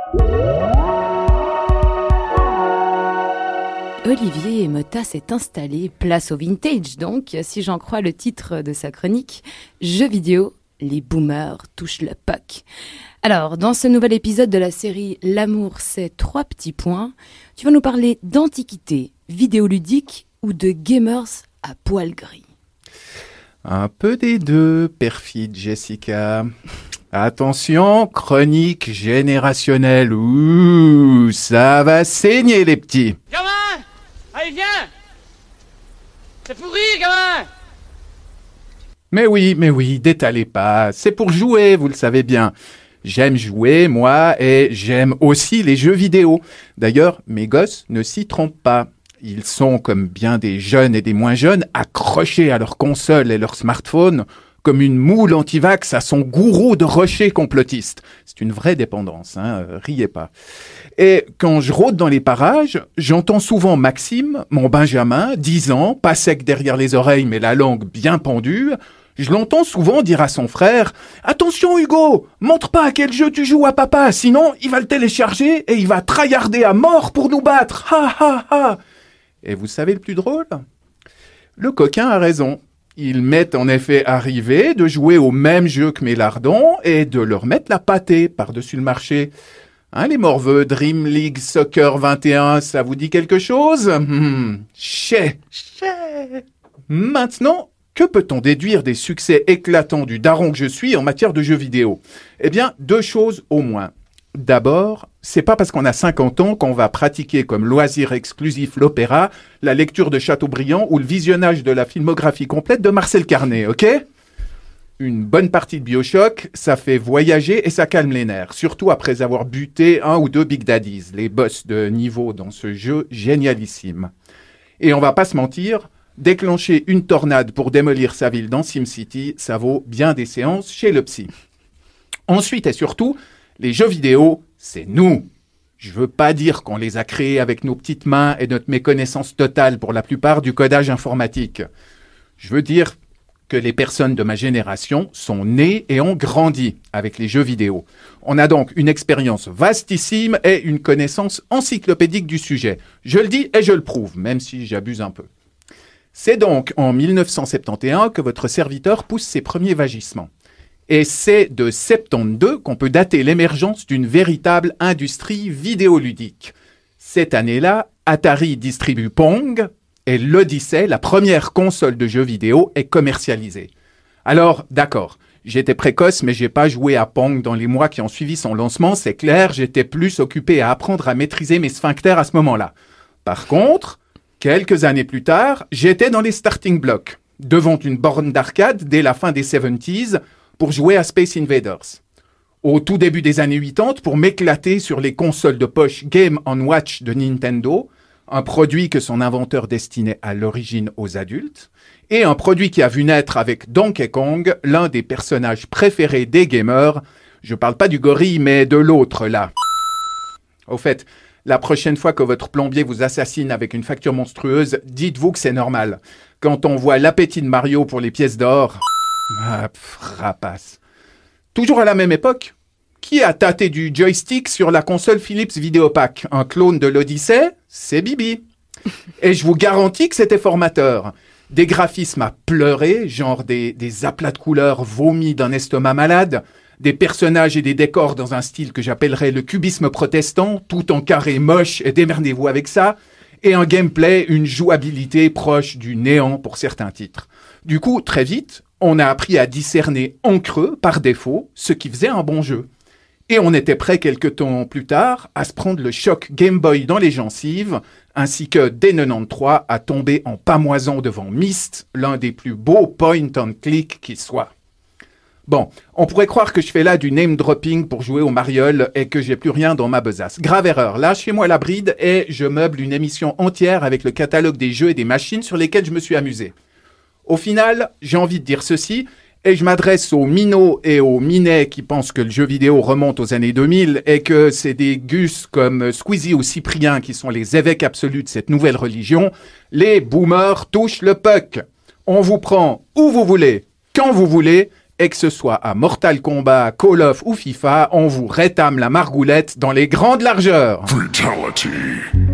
Olivier Emota s'est installé place au vintage, donc, si j'en crois le titre de sa chronique, Jeux vidéo, les boomers touchent le puck. Alors, dans ce nouvel épisode de la série L'amour, c'est 3 petits points, tu vas nous parler d'antiquité, vidéoludique ou de gamers à poil gris. Un peu des deux, perfide Jessica. Attention, chronique générationnelle. Ouh, ça va saigner les petits. Gamin! Allez, viens! C'est pourri, gamin! Mais oui, détalez pas. C'est pour jouer, vous le savez bien. J'aime jouer, moi, et j'aime aussi les jeux vidéo. D'ailleurs, mes gosses ne s'y trompent pas. Ils sont, comme bien des jeunes et des moins jeunes, accrochés à leur console et leur smartphone, comme une moule anti-vax à son gourou de rocher complotiste. C'est une vraie dépendance, riez pas. Et quand je rôde dans les parages, j'entends souvent Maxime, mon Benjamin, 10 ans, pas sec derrière les oreilles mais la langue bien pendue. Je l'entends souvent dire à son frère « Attention Hugo, montre pas à quel jeu tu joues à papa, sinon il va le télécharger et il va tryharder à mort pour nous battre. Ha ha ha !» Et vous savez le plus drôle ? Le coquin a raison. Il m'est en effet arrivé de jouer au même jeu que mes lardons et de leur mettre la pâtée par-dessus le marché. Les morveux, Dream League Soccer 21, ça vous dit quelque chose ? Chais. Maintenant, que peut-on déduire des succès éclatants du daron que je suis en matière de jeux vidéo ? Eh bien, 2 choses au moins. D'abord, c'est pas parce qu'on a 50 ans qu'on va pratiquer comme loisir exclusif l'opéra, la lecture de Chateaubriand ou le visionnage de la filmographie complète de Marcel Carné, ok ? Une bonne partie de BioShock, ça fait voyager et ça calme les nerfs, surtout après avoir buté 1 ou 2 Big Daddies, les boss de niveau dans ce jeu génialissime. Et on va pas se mentir, déclencher une tornade pour démolir sa ville dans SimCity, ça vaut bien des séances chez le psy. Ensuite et surtout, les jeux vidéo, c'est nous. Je veux pas dire qu'on les a créés avec nos petites mains et notre méconnaissance totale pour la plupart du codage informatique. Je veux dire que les personnes de ma génération sont nées et ont grandi avec les jeux vidéo. On a donc une expérience vastissime et une connaissance encyclopédique du sujet. Je le dis et je le prouve, même si j'abuse un peu. C'est donc en 1971 que votre serviteur pousse ses premiers vagissements. Et c'est de 72 qu'on peut dater l'émergence d'une véritable industrie vidéoludique. Cette année-là, Atari distribue Pong et l'Odyssey, la première console de jeux vidéo, est commercialisée. Alors, d'accord, j'étais précoce mais j'ai pas joué à Pong dans les mois qui ont suivi son lancement, c'est clair, j'étais plus occupé à apprendre à maîtriser mes sphincters à ce moment-là. Par contre, quelques années plus tard, j'étais dans les starting blocks, devant une borne d'arcade dès la fin des 70s, pour jouer à Space Invaders. Au tout début des années 80, pour m'éclater sur les consoles de poche Game & Watch de Nintendo, un produit que son inventeur destinait à l'origine aux adultes, et un produit qui a vu naître avec Donkey Kong, l'un des personnages préférés des gamers. Je parle pas du gorille, mais de l'autre, là. Au fait, la prochaine fois que votre plombier vous assassine avec une facture monstrueuse, dites-vous que c'est normal. Quand on voit l'appétit de Mario pour les pièces d'or... rapace. Toujours à la même époque, qui a tâté du joystick sur la console Philips Videopack ? Un clone de l'Odyssey ? C'est Bibi. Et je vous garantis que c'était formateur. Des graphismes à pleurer, genre des aplats de couleurs vomis d'un estomac malade, des personnages et des décors dans un style que j'appellerais le cubisme protestant, tout en carré moche et démerdez-vous avec ça, et un gameplay, une jouabilité proche du néant pour certains titres. Du coup, très vite, on a appris à discerner en creux, par défaut, ce qui faisait un bon jeu. Et on était prêt quelques temps plus tard à se prendre le choc Game Boy dans les gencives, ainsi que dès 93 à tomber en pamoison devant Myst, l'un des plus beaux point and click qui soit. Bon, on pourrait croire que je fais là du name dropping pour jouer au mariole et que j'ai plus rien dans ma besace. Grave erreur, lâchez-moi la bride et je meuble une émission entière avec le catalogue des jeux et des machines sur lesquels je me suis amusé. Au final, j'ai envie de dire ceci, et je m'adresse aux minots et aux minets qui pensent que le jeu vidéo remonte aux années 2000 et que c'est des gus comme Squeezie ou Cyprien qui sont les évêques absolus de cette nouvelle religion. Les boomers touchent le puck. On vous prend où vous voulez, quand vous voulez, Et que ce soit à Mortal Kombat, Call of ou FIFA, on vous rétame la margoulette dans les grandes largeurs. Fatality.